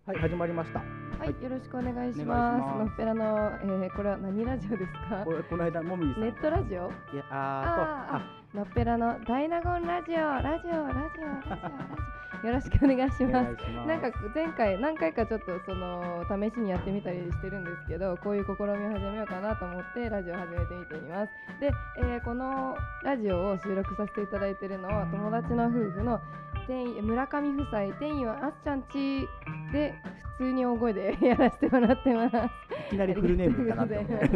はい、始まりました。 はい、よろしくお願いします。のっぺらの、これは何ラジオですか？ この間もみじさん。 ネットラジオ？ いや、 のっぺらのダイナゴンラジオ。よろしくお願いします。なんか前回何回かちょっとその試しにやってみたりしてるんですけど、こういう試みを始めようかなと思ってラジオを始めてみています。で、このラジオを収録させていただいているのは友達の夫婦の村上夫妻天佑あっちゃんちで普通に大声でやらせてもらってます。 いきなりフルネームかなって思う。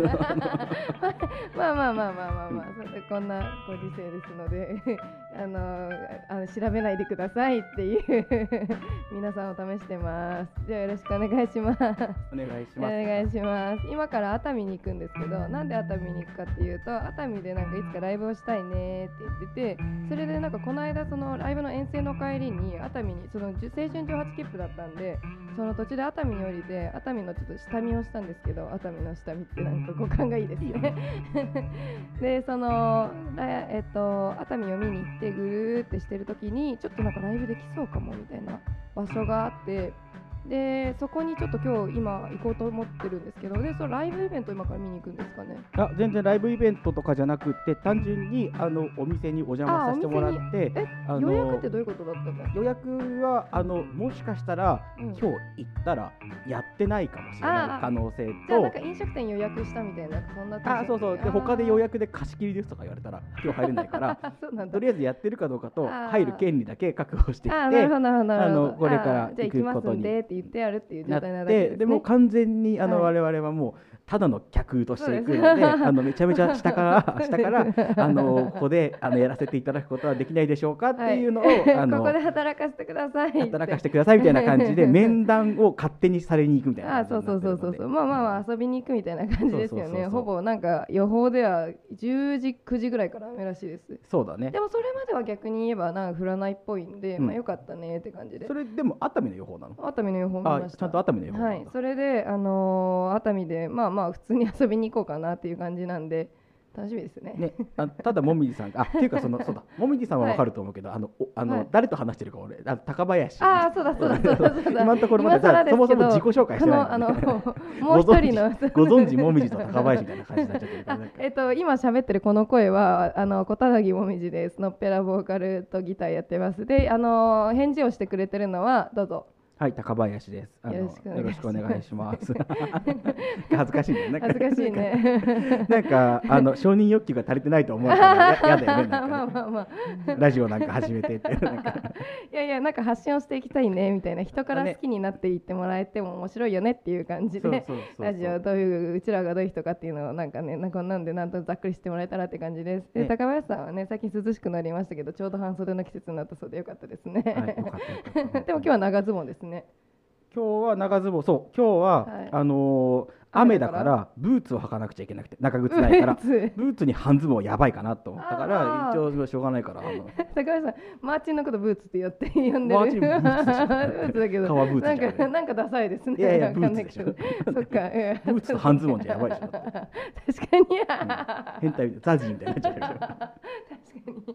こんなご時世ですので調べないでくださいっていう皆さんを試してます。じゃあよろしくお願いします。 お願いします。 お願いします。今から熱海に行くんですけど、なんで熱海に行くかっていうと、熱海でなんかいつかライブをしたいねって言ってて、それでなんかこの間そのライブの遠征の帰りに熱海にその青春18切符だったんで、その途中で熱海に降りて熱海のちょっと下見をしたんですけど、熱海の下見ってなんか五感がいいですね。でその熱海を見に行ってぐるーってしてる時にちょっとなんかライブできそうかもみたいな場所があって、でそこにちょっと今行こうと思ってるんですけど、でそのライブイベント今から見に行くんですかね？ 全然ライブイベントとかじゃなくて、単純にお店にお邪魔させてもらって、 予約ってどういうことだったんだ？ 予約はもしかしたら、今日行ったらやってないかもしれない可能性と、 じゃあなんか飲食店予約したみたいな、そんなそうで他で予約で貸し切りですとか言われたら今日入れないからとりあえずやってるかどうかと入る権利だけ確保してきて、 なるほどこれから行くことにじゃあ行きますんでって言ってやるっていう状態ななっだけですね。 て、でも完全に我々はもうただの客としていくので、めちゃめちゃ下からここでやらせていただくことはできないでしょうかっていうのを、 ここで働かせてくださいみたいな感じで面談を勝手にされに行くみたいな感じになってるので、 まあ遊びに行くみたいな感じですよね。ほぼなんか予報では10時9時ぐらいから雨らしいです。 そうだね。 でもそれまでは逆に言えばなんか降らないっぽいんで、よかったねって感じで。 それでも熱海の予報なの？ 熱海の予報見ました。 ちゃんと熱海の予報。 はい。それで熱海で普通に遊びに行こうかなっていう感じなんで楽しみですね。 ただもみじさんっていうかそうだ、もみじさんはわかると思うけど、誰と話してるか俺高林。 そうだ今のところまだそもそも自己紹介してないので、 もう一人のご存知もみじと高林みたいな感じになっちゃってるから。 今喋ってるこの声は小田切もみじです。のっぺらボーカルとギターやってます。で返事をしてくれてるのはどうぞ。 はい、高林です。よろしくお願いします。恥ずかしいね。 恥ずかしいね。 なんか承認欲求が足りてないと思うから嫌だよね。なんかラジオなんか始めてっていやなんか発信をしていきたいねみたいな、人から好きになっていってもらえても面白いよねっていう感じで、ラジオどういううちらがどういう人かっていうのをなんかねなんとざっくりしてもらえたらって感じです。で高林さんはね最近涼しくなりましたけど、ちょうど半袖の季節になったそうでよかったですね。でも今日は長ズボンですね。 今日は長ズボン、今日は、雨だからブーツを履かなくちゃいけなくて、長靴ないからブーツに半ズボンはやばいかなと思ったから一応しょうがないから高橋さんマーチンのことブーツって呼んでる。 マーチンブーツでしょ。 ブーツだけど革ブーツじゃん。 なんかダサいですね。 いやブーツでしょ。そっかブーツと半ズボンじゃやばいでしょ。 確かに変態ザジーみたいになっちゃうでしょ。 確かに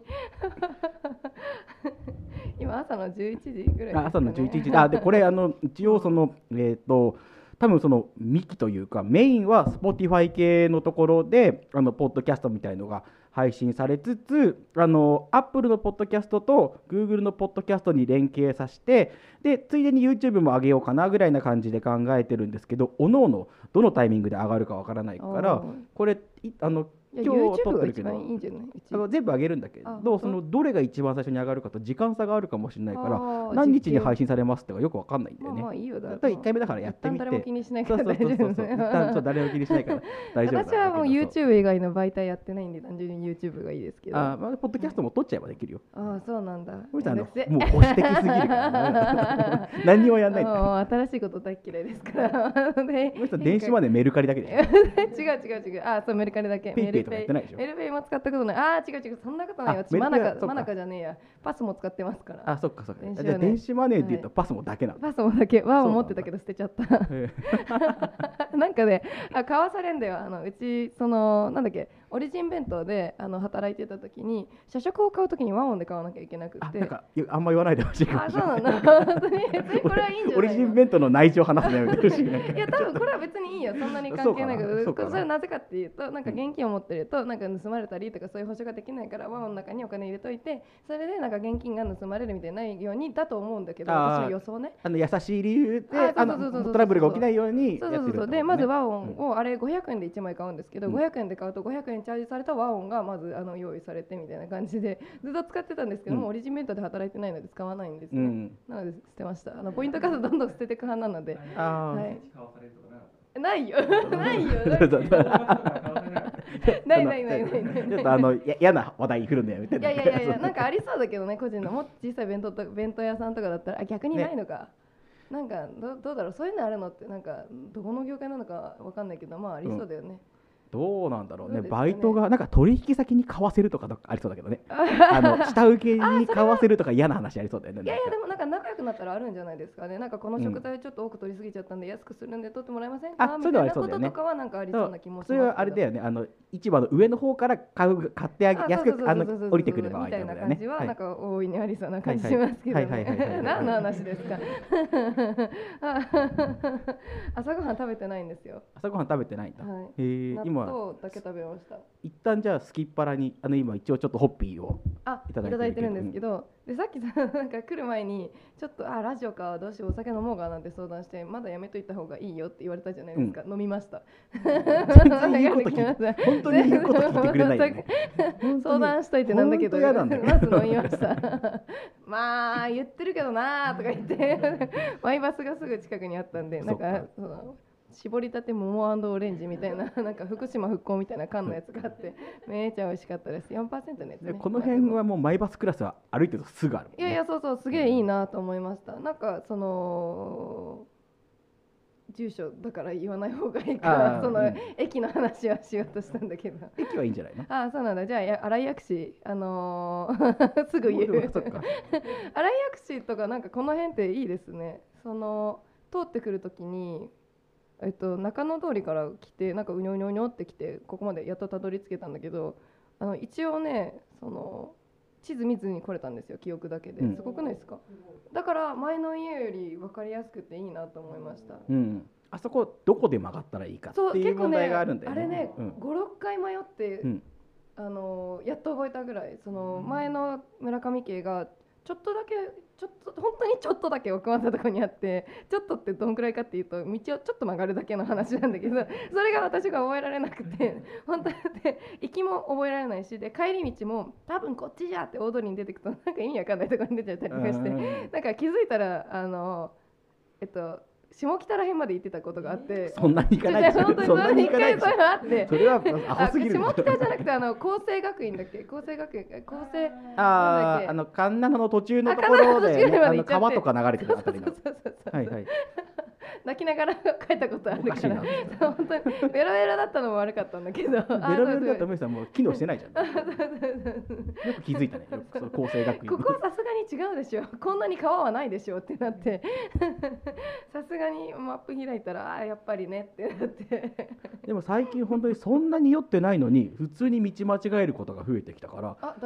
今朝の11時ぐらいですかね。 朝の11時でこれ一応その多分その幹というかメインは Spotify 系のところでポッドキャストみたいのが配信されつつ、Apple のポッドキャストと Google のポッドキャストに連携させて、でついでに YouTube も上げようかなぐらいな感じで考えてるんですけど、おのおのどのタイミングで上がるかわからないから、これ今日撮ってるけど全部上げるんだけど、そのどれが一番最初に上がるかと時間差があるかもしれないから何日に配信されますってよくわかんないんだよね。1回目だからやってみて、 誰も気にしないから大丈夫。 一旦誰も気にしないから大丈夫。 私はもう YouTube 以外の媒体やってないんで単純に YouTube がいいですけど、 ポッドキャストも撮っちゃえばできるよ。 そうなんだ。もう保守的すぎるから何にもやんないんだ。 新しいこと大嫌いですから電子マネーメルカリだけでしょ。 違うそうメルカリだけ。 ペイペイとかやってないでしょ。 メルペイも使ったことない。違うそんなことないよ。マナカじゃねえや。パスも使ってますから。 そっか。じゃあ電子マネーって言うとパスもだけなの。 パスもだけは持ってたけど捨てちゃった。なんかね買わされんだよ。うちなんだっけオリジン弁当で働いてた時に社食を買う時に和音で買わなきゃいけなくて、 なんかあんま言わないでほしいかもしれない。 そうなんだ本当に別にこれはいいんじゃないの。 オリジン弁当の内情話すのやめてほしい。 いや多分これは別にいいよ、そんなに関係ないけど、 そうかなそれはなぜかっていうと、なんか現金を持ってるとなんか盗まれたりとかそういう保証ができないから、和音の中にお金入れといて、それでなんか現金が盗まれるみたいなないようにだと思うんだけど、私の予想ね。 優しい理由でトラブルが起きないようにやってるんだもんね。 そうでまず和音をあれ500円で1枚買うんですけど、500円で買うと500円チャージされた和音がまず用意されてみたいな感じでずっと使ってたんですけども、オリジン弁当で働いてないので使わないんですね。なので捨てました。ポイントカードどんどん捨てていく派なので。ないよないよない嫌な話題振るのやめて。 いやなんかありそうだけどね、個人のもっと小さい弁当屋さんとかだったら逆にないのか、なんかどうだろう、そういうのあるのってなんかどこの業界なのかわかんないけど、まあありそうだよね。 どうなんだろうね、バイトがなんか取引先に買わせるとかありそうだけどね下請けに買わせるとか嫌な話ありそうだよね。 いやでもなんか仲良くなったらあるんじゃないですかね。なんかこの食材ちょっと多く取りすぎちゃったんで安くするんで取ってもらえませんかみたいなこととかはなんかありそうな気もしますけど。 それはあれだよね、市場の上の方から買って安く降りてくればみたいな感じはなんか大いにありそうな感じしますけどね。何の話ですか。朝ごはん食べてないんですよ。 朝ごはん食べてないんだ。 納豆だけ食べました。 一旦じゃあすきっ腹に今一応ちょっとホッピーをいただいてるんですけど、でさっきなんか来る前にちょっとラジオかどうしようお酒飲もうかなんて相談して、まだやめといた方がいいよって言われたじゃないですか。飲みました。 全然言うこと聞いて本当に言うこと聞いてくれないよね。 相談しといてなんだけどまず飲みました。まあ言ってるけどなとか言ってマイバスがすぐ近くにあったんで、なんか絞りたて桃&オレンジみたいな、なんか福島復興みたいな缶のやつがあってめっちゃ美味しかったです。 4% のやつね。 この辺はもうマイバスクラスは歩いてるとすぐある、 いやそうすげえいいなと思いました。なんか住所だから言わない方がいいから駅の話はしようとしたんだけど。 駅はいいんじゃないの。 そうなんだ。じゃあ新井薬師すぐ言う新井薬師とかなんかこの辺っていいですね。通ってくるときに中野通りから来て、なんかうにょうにょうにょって来てここまでやっとたどり着けたんだけど、一応ね地図見ずに来れたんですよ、記憶だけで。すごくないですか。だから前の家より分かりやすくていいなと思いました。 あそこどこで曲がったらいいかっていう問題があるんだよね。 あれね、5、6回迷って、やっと覚えたぐらい。前の村上家がちょっとだけ本当にちょっとだけ奥まったところにあって、ちょっとってどんくらいかっていうと道をちょっと曲がるだけの話なんだけど、それが私が覚えられなくて、本当で行きも覚えられないし、で帰り道も多分こっちじゃって大通りに出てくとなんか意味わかんないところに出ちゃったりとかして、なんか気づいたら下北ら辺まで行ってたことがあって。 そんなに行かないでしょ。そんなに行かないでしょ。それはアホすぎる。 下北じゃなくて厚生学院だっけ。厚生学院神奈の途中のところで川とか流れてるあたりの。 泣きながら帰ったことあるから、本当にベロベロだったのも悪かったんだけど、ベロベロだったらもう機能してないじゃん。よく気づいたね。厚生学院。 ここはさすがに違うでしょ、こんなに川はないでしょってなって、さすがにマップ開いたらやっぱりねってなって。 でも最近本当にそんなに酔ってないのに普通に道間違えることが増えてきたから、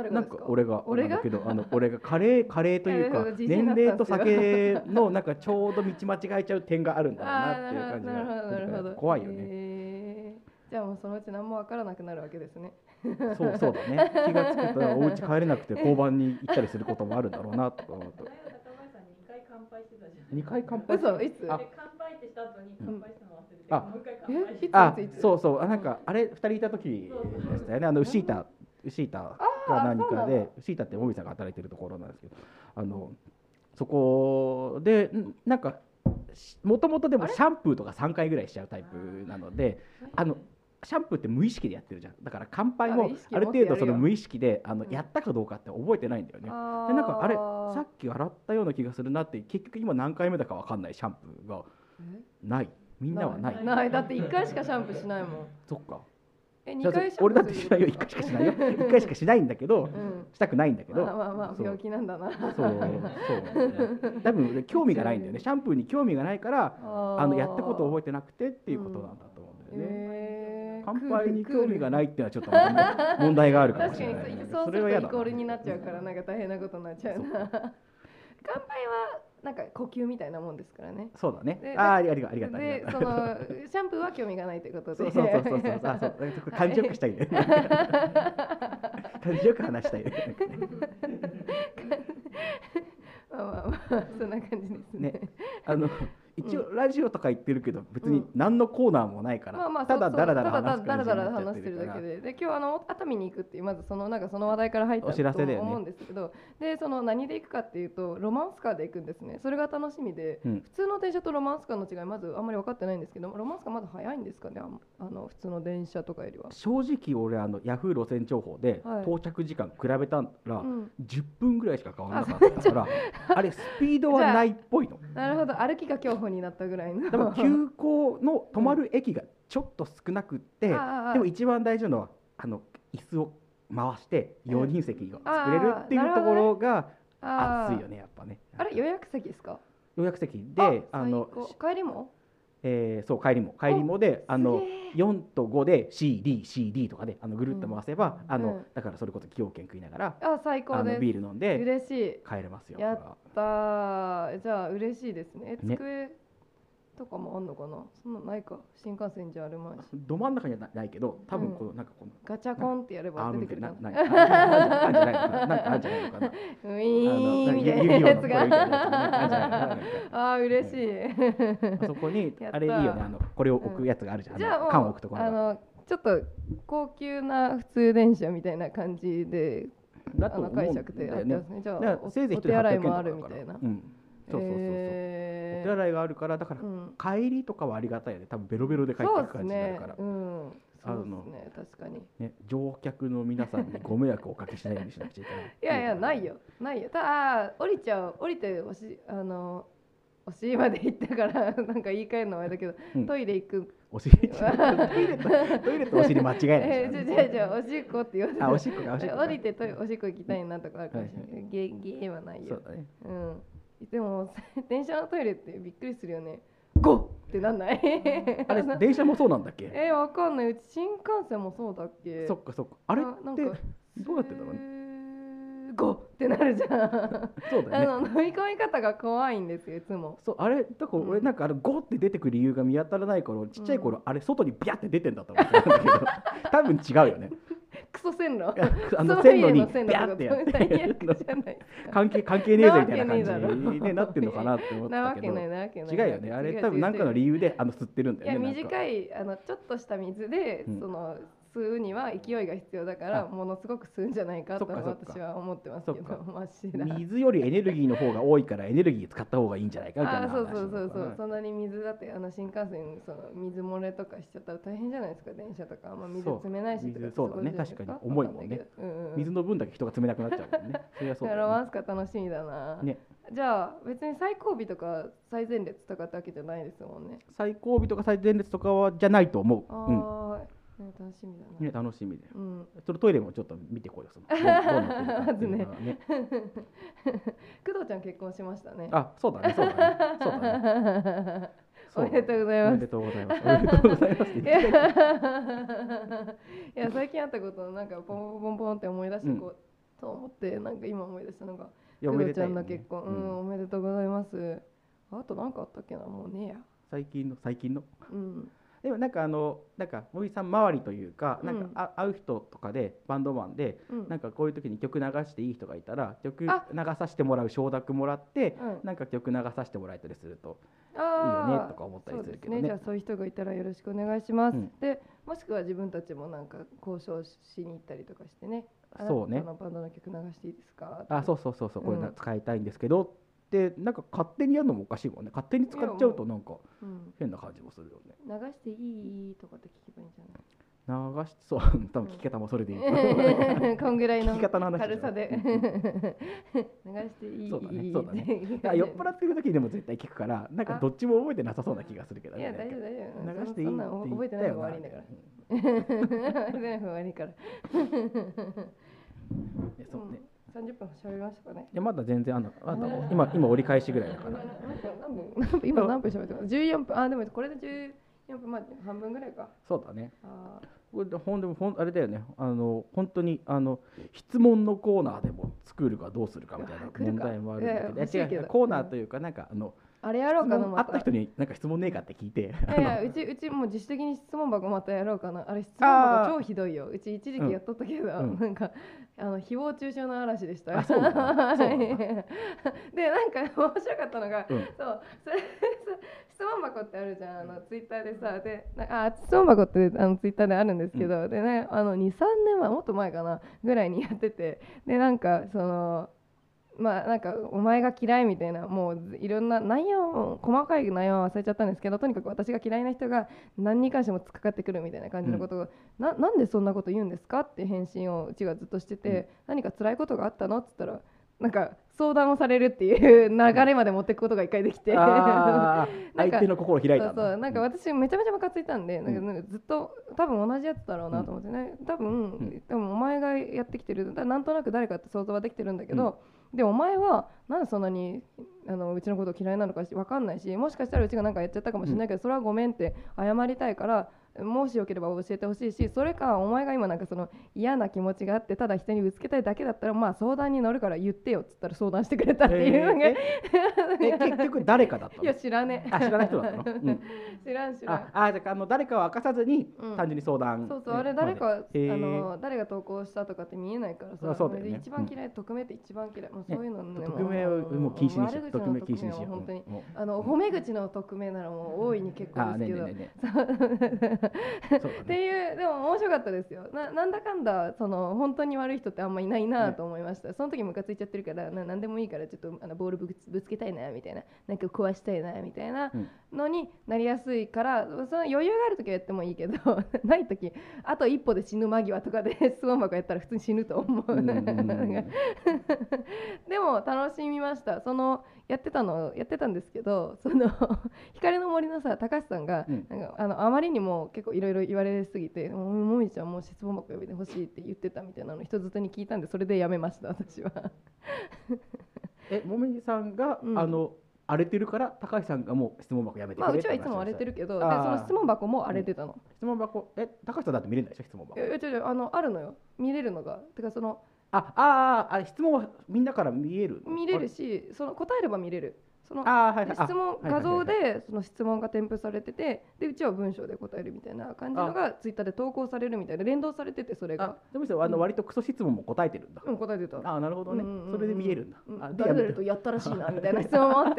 なんか俺がだけど俺がカレーというか年齢と酒のなんかちょうど道間違えちゃう点があるんだろうなっていう感じが怖いよね。 じゃあもうそのうち何も分からなくなるわけですね。 そうだね。気がつくとお家帰れなくて交番に行ったりすることもあるんだろうなとか思うと。2回乾杯嘘、いつ？ 乾杯ってした後に乾杯したの忘れて、もう一回乾杯。 そうなんかあれ2人いた時でしたよね。ウシータか何かで、ウシータってもみさんが働いてるところなんですけど、そこでなんかもともとでもシャンプーとか3回ぐらいしちゃうタイプなので、シャンプーって無意識でやってるじゃん。だから乾杯もある程度その無意識でやったかどうかって覚えてないんだよね。でなんかあれさっき洗ったような気がするなって、結局今何回目だか分かんないシャンプーがない。みんなはない。 ないだって1回しかシャンプーしないもん。 そっか。 2回俺だってしないよ。1回しかしないよ。1回しかしないんだけど、したくないんだけど。 まあ病気なんだな。 そう多分興味がないんだよね。シャンプーに興味がないからやったことを覚えてなくてっていうことなんだと思うんだよね。 乾杯に興味がないっていうのはちょっと問題があるかもしれない、 確かにそうするとイコールになっちゃうからなんか大変なことになっちゃうな乾杯はなんか呼吸みたいなもんですからね。 そうだね。ありがとう。 で、そのシャンプーは興味がないということで。 そう。感じよくしたいね。感じよく話したいね。 まあそんな感じですね。 一応ラジオとか言ってるけど別に何のコーナーもないから、ただダラダラ話してるだけで、今日熱海に行くっていうまずその話題から入ったと思うんですけど、でその何で行くかっていうとロマンスカーで行くんですね。それが楽しみで、普通の電車とロマンスカーの違いまずあんまり分かってないんですけど、ロマンスカーまだ早いんですかね、普通の電車とかよりは。 正直俺ヤフー路線情報で到着時間比べたら10分ぐらいしか変わらなかったから、あれスピードはないっぽいの。 なるほど、歩きが競歩になったぐらいの。 でも急行の止まる駅がちょっと少なくって、でも一番大事なのは椅子を回して4人席を作れるっていうところが熱いよね、やっぱね。 あれ予約席ですか？ 予約席で帰りも？ そう帰りもで4と5で CD とかでぐるっと回せばだからそれこそ崎陽軒食いながら最高です。 ビール飲んで嬉しい。 帰れますよ。 やったー。じゃあ嬉しいですね。机とかもあんのかな。そんなないか、新幹線じゃあるまいし。 ど真ん中にはないけど多分このなんかこのガチャコンってやれば出てくるかな。 あんじゃないのかな。 ウィーンみたいなやつが。ああ嬉しい。 そこにあれいいよね、これを置くやつがあるじゃん。缶を置くところ。 ちょっと高級な普通電車みたいな感じで解釈でやってますね。じゃあお手洗いもあるみたいな。 そう。お手洗いがあるからだから帰りとかはありがたいよね。多分ベロベロで帰っていく感じになるから。 そうですね、確かにね、乗客の皆さんにご迷惑をおかけしないようにしなくちゃいけない。 いやないよ。ただ降りてお尻まで行ったからなんか言い換えるのはあれだけど、トイレ行く。 トイレとお尻間違いない。 じゃあおしっこって言われて。 おしっこ降りておしっこ行きたいなとかあるかもしれない。ゲーはないよ。 そうだね。 でも電車のトイレってびっくりするよね。ゴッってなんない？ あれ電車もそうなんだっけ？ わかんない。うち新幹線もそうだっけ？ そっか。あれってどうやってんだろうね。 ゴッってなるじゃん。 そうだよね。 飲み込み方が怖いんですよ、いつも。 そう、あれだから俺なんかゴッって出てくる理由が見当たらないからちっちゃい頃あれ外にビャって出てんだと思ってたんだけど多分違うよね。 クソ線路線路にビャってやって関係ねえぞみたいな感じになってんのかなって思ったけど、違うよね。あれ多分何かの理由で吸ってるんだよね。 いや短いちょっとした水で吸うには勢いが必要だからものすごく吸うんじゃないかと私は思ってますけど、 水よりエネルギーの方が多いからエネルギー使った方がいいんじゃないかみたいな話。 そうそんなに水だって新幹線水漏れとかしちゃったら大変じゃないですか。電車とか水詰めないしとか。 そうだね、確かに重いもんね。水の分だけ人が詰めなくなっちゃうもんね。それはそうだね。 ロマンスカー楽しみだな。じゃあ別に最後尾とか最前列とかってわけじゃないですもんね。 最後尾とか最前列とかはじゃないと思う。 楽しみだな。 楽しみで。そのトイレもちょっと見てこいよ。どうなってるかね。 工藤ちゃん結婚しましたね。 そうだね。 おめでとうございます。 おめでとうございます。 いや最近あったことをなんかポンって思い出してこうと思ってなんか今思い出したのが工藤ちゃんの結婚。おめでとうございます。あと何かあったっけな。もうねえや。 最近の。でもなんか森さん周りというかなんか会う人とかでバンドマンでなんかこういう時に曲流していい人がいたら曲流させてもらう承諾もらってなんか曲流させてもらえたりするといいよねとか思ったりするけどね。 じゃあそういう人がいたらよろしくお願いします。でもしくは自分たちもなんか交渉しに行ったりとかしてね。 そうね。 バンドの曲流していいですか？ そうこれ使いたいんですけど。でなんか勝手にやるのもおかしいもんね。勝手に使っちゃうとなんか変な感じもするよね。 流していいとかって聞けばいいんじゃない？ 流してそう多分聞き方もそれでいい。 こんぐらいの軽さで流していい。 そうだね。酔っ払ってる時でも絶対聞くからなんかどっちも覚えてなさそうな気がするけどね。 いや大丈夫。 流していいって覚えてない方が悪いんだから。覚えてない方が悪いから。 そうね。 30分喋りましたかね。 いやまだ全然今折り返しぐらいだから。 今何分喋ってます？14分。でもこれで14 やっぱまあ半分ぐらいか。 そうだね。 あこれであれだよね、本当に質問のコーナーでも作るかどうするかみたいな問題もあるんだけど、違うコーナーというか、なんかあれやろうかな、 あった人になんか質問ねえかって聞いて、 うちもう自主的に質問箱またやろうかな。あれ質問箱超ひどいよ。うち一時期やっとったけど、なんか誹謗中傷の嵐でした。 あ、そうなんだ。そうなんだ。 でなんか面白かったのが、そうそれ質問箱ってあるじゃん、ツイッターでさ、で質問箱ってツイッターであるんですけど、でね2、3年前もっと前かなぐらいにやってて、でなんかまあなんかお前が嫌いみたいな、もういろんな内容、細かい内容は忘れちゃったんですけど、とにかく私が嫌いな人が何に関しても突っかかってくるみたいな感じのことを、なんでそんなこと言うんですかって返信をうちがずっとしてて、何か辛いことがあったのって言ったら、なんか相談をされるっていう流れまで持っていくことが一回できて、 相手の心開いたんだ。 そうなんか私めちゃめちゃムカついたんで、なんかずっと多分同じやつだろうなと思ってね、多分お前がやってきてる、なんとなく誰かって想像はできてるんだけど、でお前はなんでそんなにうちのこと嫌いなのか分かんないし、もしかしたらうちが何かやっちゃったかもしれないけど、それはごめんって謝りたいからもしよければ教えてほしいし、それかお前が今なんか嫌な気持ちがあってただ人にぶつけたいだけだったら、まあ相談に乗るから言ってよっつったら相談してくれたっていうのが、 結局誰かだったの？ いや知らねえ。 知らない人だったの？ 知らん。 じゃあ誰かを明かさずに単純に相談。 そうあれ誰か誰が投稿したとかって見えないからさ、 そうだよね。 一番嫌い、匿名って一番嫌い。もうそういうのね、 匿名をもう禁止にしよう。 匿名禁止にしよう。本当に褒め口の匿名ならもう大いに結構ですけど。っていう、でも面白かったですよ。なんだかんだ本当に悪い人ってあんまいないなと思いました。その時ムカついちゃってるから何でもいいからちょっとボールぶつけたいなみたいな、なんか壊したいなみたいなのになりやすいから、その余裕がある時はやってもいいけどない時、あと一歩で死ぬ間際とかで質問箱やったら普通に死ぬと思う。でも楽しみました。やってたんですけど、光の森のさ高橋さんが、なんかあまりにも結構いろいろ言われすぎて、もみちゃんもう質問箱呼びでほしいって言ってたみたいなの人づてに聞いたんで、それでやめました私は。 もみさんが荒れてるから高橋さんがもう質問箱やめてくれって。 うちはいつも荒れてるけど、でその質問箱も荒れてたの。 質問箱高橋さんだって見れないでしょ質問箱。 違うあるのよ、見れるのが。てか質問はみんなから見れるし、答えれば見れる。質問画像でその質問が添付されてて、でうちは文章で答えるみたいな感じのがツイッターで投稿されるみたいな、連動されてて、それがでも割とクソ質問も答えてるんだ。 答えてた。 なるほどね。それで見えるんだ。 誰々とやったらしいなみたいな質問もあって、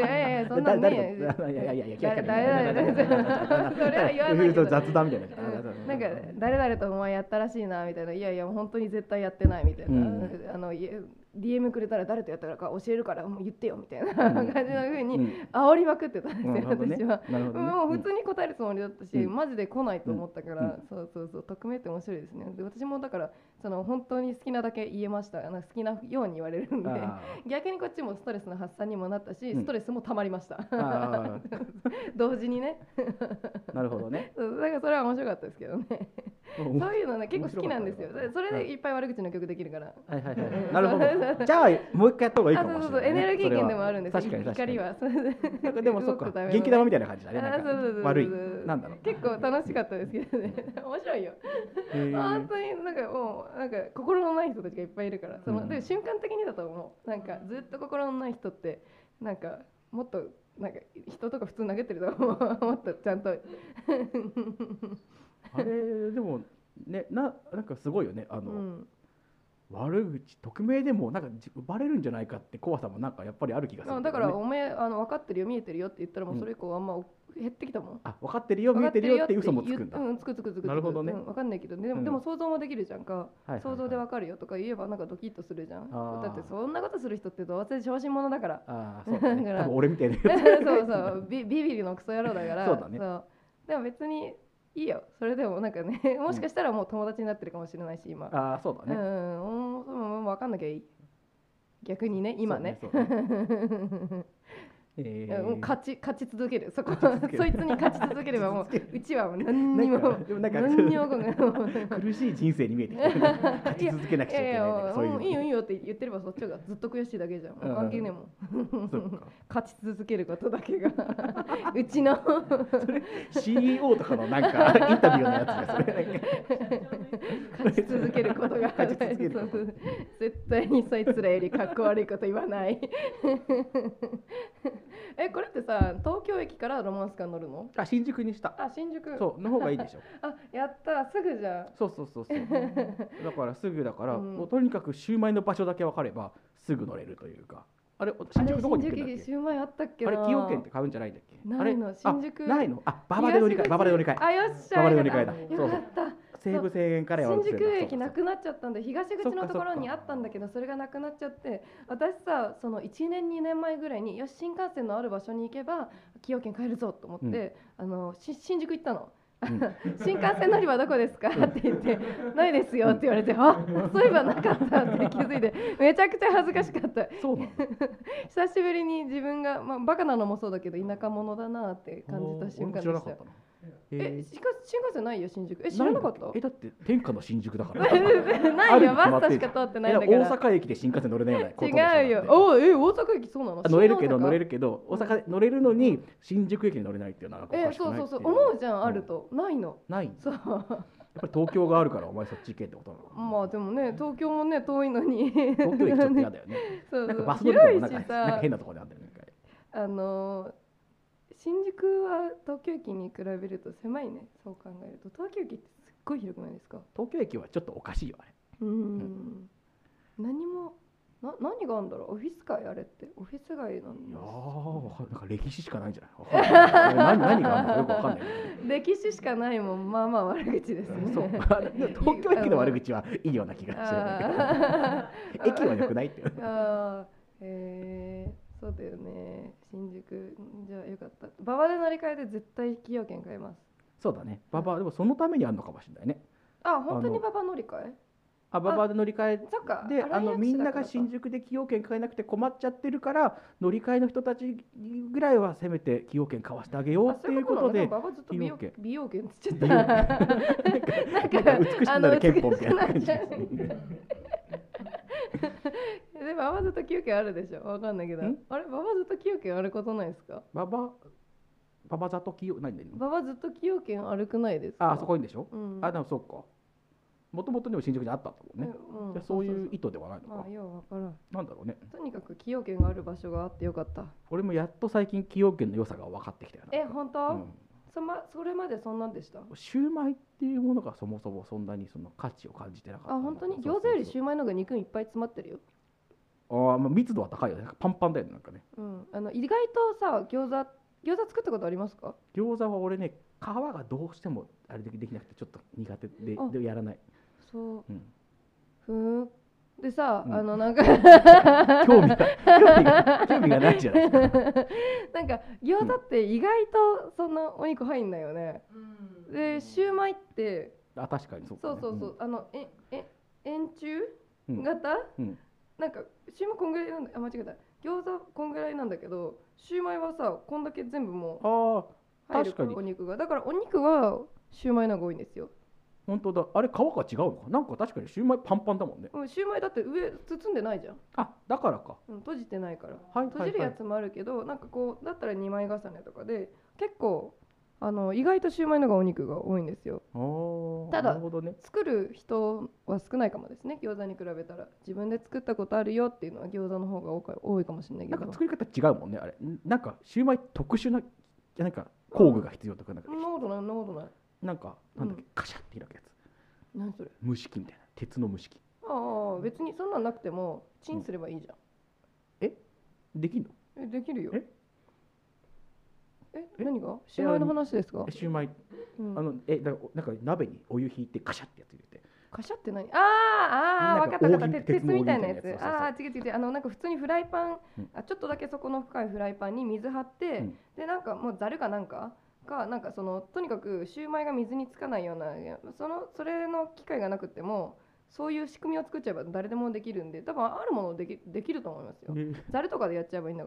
そんなね、 いやそれは言わないけど、 雑談みたいな。 なんか誰々とお前やったらしいなみたいな、いやいや本当に絶対やってないみたいな、DM くれたら誰とやったか教えるからもう言ってよみたいな感じの風に煽りまくってたんですよ、私は。もう普通に答えるつもりだったし、マジで来ないと思ったから、そう匿名って面白いですね。で私もだから本当に好きなだけ言えました。好きなように言われるんで、逆にこっちもストレスの発散にもなったし、ストレスもたまりました同時にね。 なるほどね。 だからそれは面白かったですけどね。そういうのね結構好きなんですよ。それでいっぱい悪口の曲できるから。 なるほど。じゃあもう一回やった方がいいかもしれない。 エネルギー源でもあるんですよ。 確かに光は。 なんかでもそっか、元気玉みたいな感じだね。悪い。なんだろう。 結構楽しかったですけどね。面白いよ。本当になんかもうなんか心のない人たちがいっぱいいるから。で瞬間的にだと思う。なんかずっと心のない人ってなんかもっとなんか人とか普通投げてると思う。もっとちゃんと。 あれでもね、なんかすごいよね。悪口匿名でもなんかバレるんじゃないかって怖さもなんかやっぱりある気がする。 だからお前分かってるよ見えてるよって言ったらもうそれ以降あんま減ってきたもん。 分かってるよ見えてるよって嘘もつくんだ。 つく。 なるほどね。 分かんないけどでも想像もできるじゃんか。想像で分かるよとか言えばなんかドキッとするじゃん。だってそんなことする人ってどうせ小心者だから。 そうだね。多分俺みたいな。 そうビビリのクソ野郎だから。 そうだね。 でも別にいいよ。それでもなんかね、もしかしたらもう友達になってるかもしれないし今。 そうだね。 分かんなきゃいい。逆にね今ね。 もう勝ち続けるそこ勝ち続けるそいつに勝ち続ければもううちはもう何にもでもなんか何にも苦しい人生に見えてきて勝ち続けなくちゃいけないなんかそういうのいいよいいよって言ってればそっちがずっと悔しいだけじゃん。もう関係ねえもん。 そうか勝ち続けることだけがうちのそれ CEO とかのなんかインタビューのやつがそれ勝ち続けることが勝ち続けることそう絶対にそいつらよりかっこ悪いこと言わないこれってさ東京駅からロマンスカー乗るの？ あ新宿にした新宿そうの方がいいでしょあやったすぐじゃん。 そうだからすぐだから、 うんもうとにかくシューマイの場所だけ分かればすぐ乗れるというかあれ新宿どこに行くんだっけ新宿駅シューマイあったっけな。 あれ崎陽軒って買うんじゃないんだっけないのあれ新宿あないのあ馬場で乗り換え馬場で乗り換えあよっしゃ馬場で乗り換えだよかった西武線園から新宿駅ななくなっちゃったんで東口のところにあったんだけどそれがなくなっちゃって私さその1年2年前ぐらいによし新幹線のある場所に行けば崎陽軒買えるぞと思って、新宿行ったの。新幹線乗り場どこですかって言ってないですよって言われてあそういえばなかったって気づいてめちゃくちゃ恥ずかしかったそうなの久しぶりに自分が、バカなのもそうだけど田舎者だなって感じた瞬間でしたよ。 知らなかったな新幹線ないよ新宿知らなかっただって天下の新宿だからないよバスタしか通ってないんだから大阪駅で新幹線乗れないよね違うよ大阪駅そうなの乗れるけど大阪で乗れるのに新宿駅に乗れないっていうのはおかしくないそう思うじゃんあるとないのないそうやっぱり東京があるからお前そっち行けってことなのまあでもね東京もね遠いのに東京駅ちょっと嫌だよねそうなんかバス乗り場もなんか広いしさ変なところにあったよね新宿は東京駅に比べると狭いねそう考えると東京駅ってすっごい広くないですか？ 東京駅はちょっとおかしいよあれ何も何があるんだろうオフィス街あれってオフィス街なんいやだなんか歴史しかないんじゃない何があるのかよくわかんない歴史しかないもんまあ悪口ですねそう東京駅の悪口はいいような気がする駅は良くないってそうだよね新宿じゃあよかった馬場で乗り換えで絶対崎陽軒買います。 そうだね馬場でもそのためにあるのかもしれないね本当に馬場乗り換え馬場で乗り換えそっかでみんなが新新宿で崎陽軒買えなくて困っちゃってるから乗り換えの人たちぐらいはせめて崎陽軒買わせてあげようっていうことで馬場ずっと美容崎陽美容券つっちゃったなんか美しくなる憲法みたいな感じで馬場ずっと崎陽軒あるでしょわかんないけどあれ馬場ずっと崎陽軒あることないですか？ 馬場里崎陽何だよ馬場ずっと崎陽軒歩くないですか？ そこにでしょでもそうかもともとでも新宿にあったんだもんねじゃそういう意図ではないのかようわからんなんだろうねとにかく崎陽軒がある場所があってよかった。 俺もやっと最近崎陽軒の良さが分かってきたよ本当？それまでそんなんでした？ シューマイっていうものがそもそもそんなにその価値を感じてなかった本当に餃子よりシューマイの方が肉いっぱい詰まってるよ。 密度は高いよねパンパンだよねなんかね意外とさ餃子作ったことありますか？ 餃子は俺ね皮がどうしてもあれできなくてちょっと苦手でやらないそうでさなんか興味がないじゃないですかなんか餃子って意外とそんなお肉入んないよねでシューマイって確かにそうそう円柱型なんかシューマイこんぐらいなんだ間違えた餃子こんぐらいなんだけどシューマイはさこんだけ全部もう入るからお肉がだからお肉はシューマイの方が多いんですよ。 本当だあれ皮が違うのかなんか確かにシューマイパンパンだもんねシューマイだって上包んでないじゃんだからか閉じてないから閉じるやつもあるけどなんかこうだったら2枚重ねとかで結構意外とシューマイの方がお肉が多いんですよ。ただ作る人は少ないかもですね餃子に比べたら自分で作ったことあるよっていうのは餃子の方が多いかもしれないけどなんか作り方違うもんねあれなんかシューマイ特殊ななんか工具が必要とかなんかそんなことないなんかなんだっけカシャって開くやつ何それ蒸し器みたいな鉄の蒸し器別にそんなんなくてもチンすればいいじゃんできんのできるよ何がシューマイの話ですか？ シューマイなんか鍋にお湯引いてカシャってやつ入れてカシャって何分かった鉄みたいなやつ違うなんか普通にフライパンちょっとだけ底の深いフライパンに水張ってでなんかもうざるかなんかなんかとにかくシューマイが水につかないようなそれの機械がなくてもそういう仕組みを作っちゃえば誰でもできるんで多分あるものできると思いますよ。ざるとかでやっちゃえばいいんだから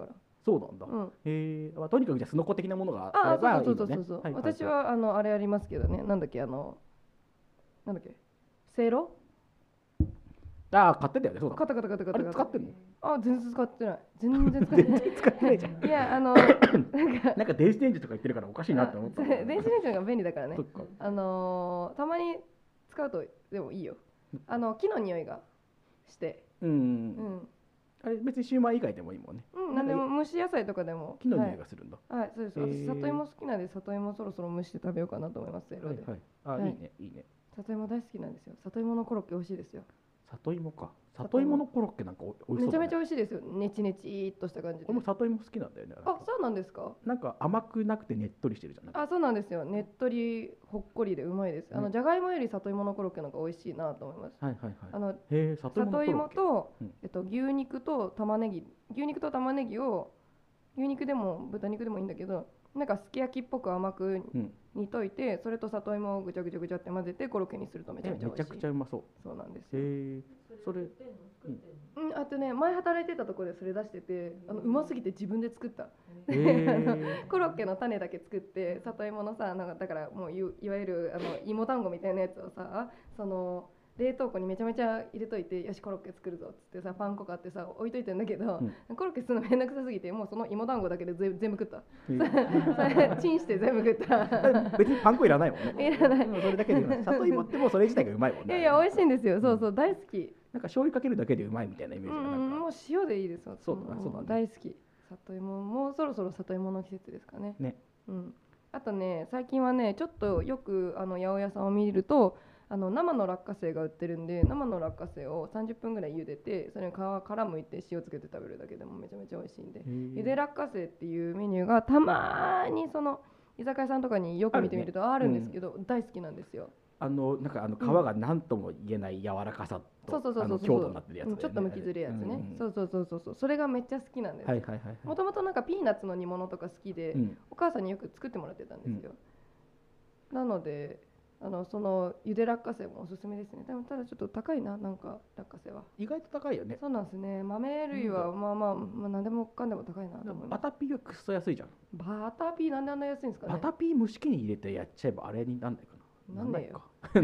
そうなんだ。まあ、とにかくじゃあスノコ的なものがあればいいのね。 そう、私はあれありますけどね、なんだっけなんだっけせいろ。 ああ、買ってたよね。そうだ。 買った。 あれ使ってんの？ あ、全然使ってない。全然使ってない。 全然使ってないじゃん。 いやなんか電子レンジとか言ってるからおかしいなって思った。 電子レンジの方が便利だからね。 そっか。 たまに使うとでもいいよ。木の匂いがして。 あれ別にシューマイ以外でもいいもんね。 なんでも蒸し野菜とかでも木の匂いがするんだ。 はい、そうです。私里芋好きなんで里芋そろそろ蒸して食べようかなと思います。 はい。あ、いいねいいね。 里芋大好きなんですよ。里芋のコロッケ美味しいですよ。 里芋か。里芋のコロッケなんか美味しそうだね。 めちゃめちゃ美味しいですよ。ねちねちっとした感じで。 俺も里芋好きなんだよね。 あ、そうなんですか。 なんか甘くなくてねっとりしてるじゃん。 あ、そうなんですよ。ねっとりほっこりでうまいです。じゃがいもより里芋のコロッケの方が美味しいなと思います。里芋と牛肉と玉ねぎを牛肉でも豚肉でもいいんだけど、なんかすき焼きっぽく甘く煮といて、それと里芋をぐちゃぐちゃって混ぜてコロッケにするとめちゃめちゃ美味しい。 めちゃくちゃうまそう。 そうなんですよ。 それあとね、前働いてたところでそれ出してて、うますぎて自分で作った。コロッケの種だけ作って、里芋のさ、だからもういわゆる芋団子みたいなやつをさ、冷凍庫にめちゃめちゃ入れといて、よしコロッケ作るぞっつってさ、パン粉買ってさ置いといてんだけど、コロッケするのめんどくさすぎて、もうその芋団子だけで全部食った。チンして全部食った。 別にパン粉いらないもんね。 いらない。 それだけで里芋ってもうそれ自体がうまいもんね。 いや美味しいんですよ。そう大好き。 なんか醤油かけるだけでうまいみたいなイメージがなんか。 もう塩でいいですよ。 そうだ。 大好き。里芋もうそろそろ里芋の季節ですかね。あとね、最近はね、ちょっとよく八百屋さんを見ると。生の落花生が売ってるんで、生の落花生を30分ぐらい茹でて、それに皮からむいて塩つけて食べるだけでもめちゃめちゃ美味しいんで、茹で落花生っていうメニューがたまにその居酒屋さんとかによく見てみるとあるんですけど、大好きなんですよ。 なんか皮が何とも言えない柔らかさと強度になってるやつ、 ちょっとむきずれやつね。それがめっちゃ好きなんですよ。もともとなんかピーナッツの煮物とか好きで、お母さんによく作ってもらってたんですよ。なのでそのゆで落花生もおすすめですね。でもただちょっと高いな、なんか落花生は意外と高いよね。 そうなんですね。豆類はまあ何でもかんでも高いなと思います。 バタピーはくっそ安いじゃん。 バタピーなんであんな安いんですかね。 バタピー蒸し器に入れてやっちゃえばあれになんないかな。 なんないよ。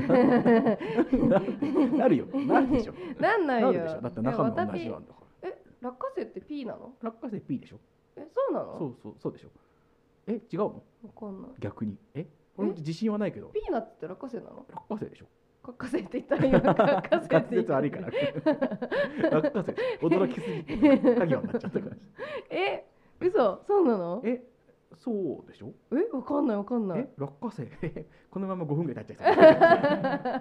なるよ。なんでしょ。 なんないよ。 だって中身同じなんだから。 落花生ってピーなの？ 落花生ピーでしょ。 そうなの？ そうでしょ。違うの？ わかんない。 逆に俺自信はないけど。 ピーナッツって落花生なの？ 落花生でしょ。 落花生って言ったら今落花生って言った悪いから。落花生驚きすぎて鍵はなっちゃったから。 嘘？そうなの？ そうでしょ。 わかんない。 落花生このまま5分ぐらい経っちゃいそう。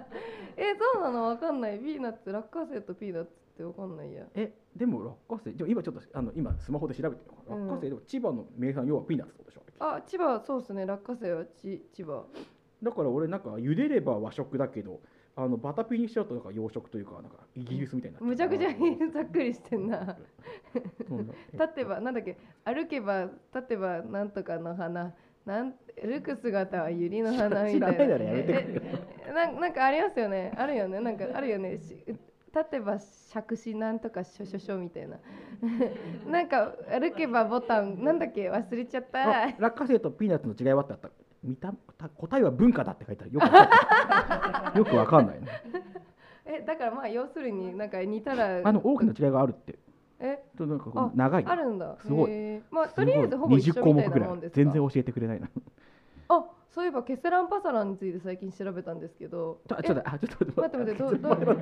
そうなの？わかんない。ピーナッツ、落花生とピーナッツってわかんないや。 でも落花生、今ちょっと今スマホで調べてる。落花生でも千葉の名産要はピーナッツでしょ。 千葉そうですね。落花生は千葉。 だから俺なんか茹でれば和食だけど、バタピーにしちゃうとなんか洋食というかなんかイギリスみたいな。 むちゃくちゃざっくりしてんな。立てばなんだっけ、歩けば立てばなんとかの花。歩く姿は百合の花みたいな。なんかありますよね。あるよね。なんかあるよね。立てば杓子なんとかしょみたいな。なんか歩けばボタンなんだっけ忘れちゃった。 落花生とピーナッツの違いはってあった。答えは文化だって書いてある。よくわかんないね。 だからまあ要するになんか似たら大きな違いがあるって。なんか長い。 あるんだ。 すごい。 まあとりあえずほぼ一緒みたいなもんですか。 全然教えてくれないな。 そういえばケセランパサランについて最近調べたんですけど。 ちょっと待って。 まだ待って。ケセ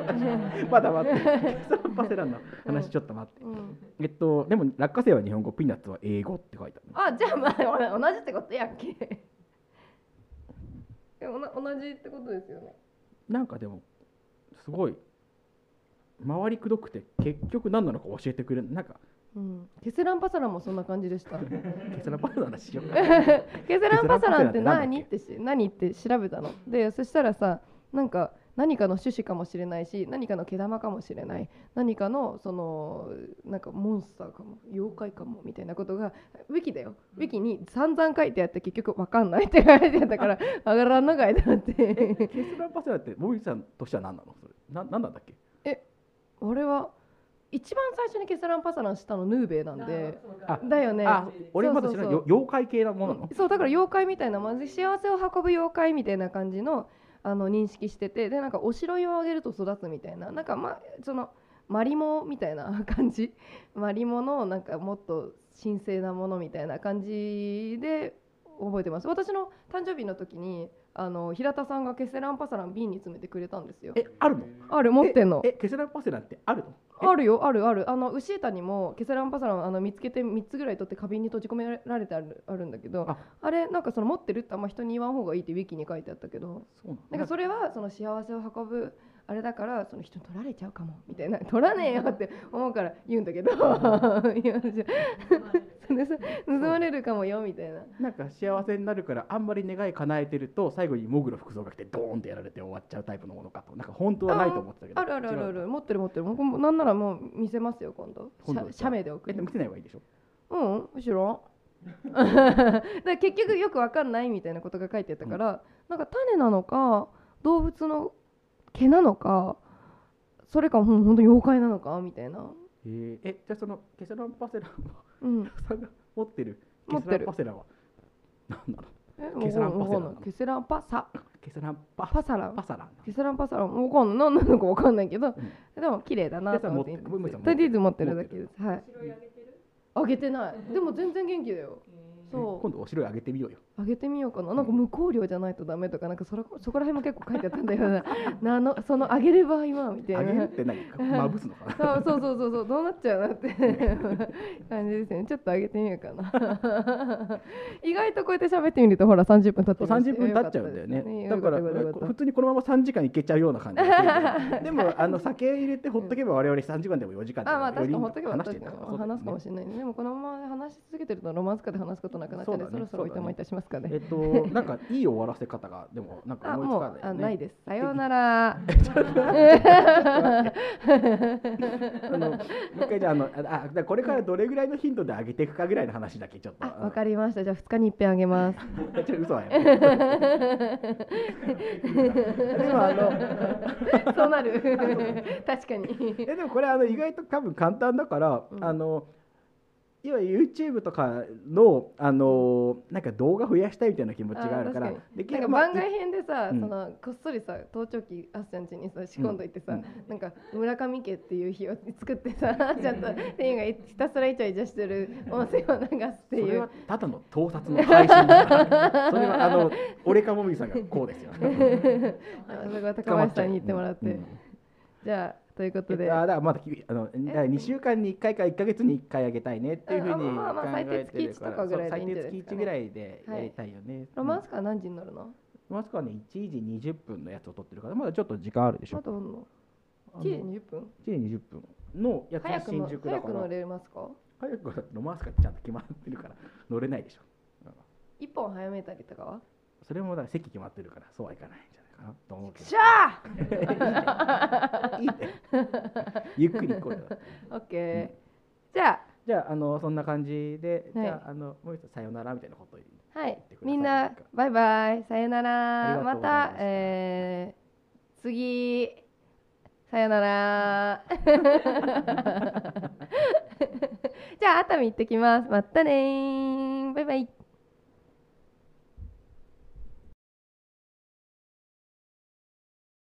ランパサランの話ちょっと待って。でも落花生は日本語、ピーナッツは英語って書いてある。 じゃあまあ同じってことやっけ。同じってことですよね。 なんかでもすごい回りくどくて結局何なのか教えてくれなんか。 ケセランパサランもそんな感じでした。 ケセランパサランの話しようか。 ケセランパサランって何って調べたの。でそしたらさ、なんか何かの種子かもしれないし、何かの毛玉かもしれない、何かのそのなんかモンスターかも妖怪かもみたいなことがウィキだよ。ウィキに散々書いてあって結局分かんないって書いてあったから上がらんの書いてあって。 ケセランパサランってモミさんとしては何なの？それ何なんだっけ？ 俺は一番最初にケセランパサランしたのヌーベイなんで、 あだよね。 俺まだ知らない。妖怪系なものなの？ そうだから妖怪みたいな、まず幸せを運ぶ妖怪みたいな感じの認識してて、でなんかおしろいをあげると育つみたいな、なんかそのマリモみたいな感じ、マリモのなんかもっと神聖なものみたいな感じで覚えてます。私の誕生日の時に平田さんがケセランパサラン瓶に詰めてくれたんですよ。 あるの？ ある、持ってんの。 ケセランパセランってあるの？ あるよ、あるある。牛板にもケセランパサラン見つけて3つぐらい取って花瓶に閉じ込められてあるんだけど、あれなんかその持ってるってあんま人に言わん方がいいってウィキに書いてあったけど、なんかそれはその幸せを運ぶあれだから、その人に取られちゃうかもみたいな、取らねえよって思うから言うんだけど盗まれるかもよみたいな。 なんか幸せになるからあんまり願い叶えてると最後にモグロ服装が来てドーンってやられて終わっちゃうタイプのものかと、なんか本当はないと思ってたけど。 あるあるあるある、持ってる持ってる。もうなんならもう見せますよ今度。写メで送る。 見せない方がいいでしょ？ 後ろだから結局よくわかんないみたいなことが書いてあったから、なんか種なのか動物の毛なのか、それか本当に妖怪なのかみたいな。 じゃあそのケセランパセランは、さんが持ってるケセランパセランは何なの？ケセランパセラン。 ケセランパサラン。ケセランパサランわかんない、何なのかわかんないけど、でも綺麗だなと思って。とりあえず持ってるだけです。はい。あげてない。でも全然元気だよ。そう。 今度お白いあげてみようよ。 あげてみようかな。なんか無香料じゃないとダメとか、なんかそこら辺も結構書いてあったんだよな。そのあげる場合はみたいな。 あげるって何かまぶすのかな。 そうどうなっちゃうなって感じですね。ちょっとあげてみようかな。意外とこうやって喋ってみるとほら30分経って 30分経っちゃうんだよね。だから普通にこのまま3時間いけちゃうような感じでも酒入れてほっとけば我々3時間でも4時間でも確かにほっとけば話してる話すかもしれないね。でもこのまま話し続けてるとロマンスカで話すことなくなっちゃうので、そろそろおいとまいたしますかね。 なんかいい終わらせ方がでもなんか思いつかないよね。 ないです。さようなら。 もう一回じゃあこれからどれぐらいの頻度で上げていくかぐらいの話だけちょっと。 わかりました。じゃあ2日に一遍あげます。 ちょっと嘘はやめて。でもそうなる。確かに。 でもこれ意外と多分簡単だからいわゆる YouTube とかのなんか動画増やしたいみたいな気持ちがあるから、 できれば番外編でさ、こっそりさ盗聴器あっちゃんちにさ仕込んどいてさ、なんか村上家っていう日を作ってさ、ちゃんと店員がひたすらイチャイチャしてる音声を流すっていう。 それはただの盗撮の配信だから。それは俺かもみさんがこうですよ。 それは高林さんに言ってもらって、じゃあということで、 だからまだ2週間に1回か1ヶ月に1回あげたいねっていうふうに考えてるから、最低月1ぐらいでやりたいよね。 ロマンスカー何時に乗るの？ ロマンスカーね、1時20分のやつを撮ってるからまだちょっと時間あるでしょ。 まだ1時20分 ?1 時20分のやつは新宿だから。 早く乗れますか？ 早くはロマンスカーちゃんと決まってるから乗れないでしょ。 1本早めたりとかは？ それもだから席決まってるからそうはいかないんじゃないかなと思うけど。 しゃーいいね。ゆっくり行こうよ。 オッケー。じゃあそんな感じで、じゃあもう一つさよならみたいなことを言ってください。 はい。みんなバイバイ、さよなら。また次さよなら。じゃあ熱海行ってきます。またねー。バイバイ。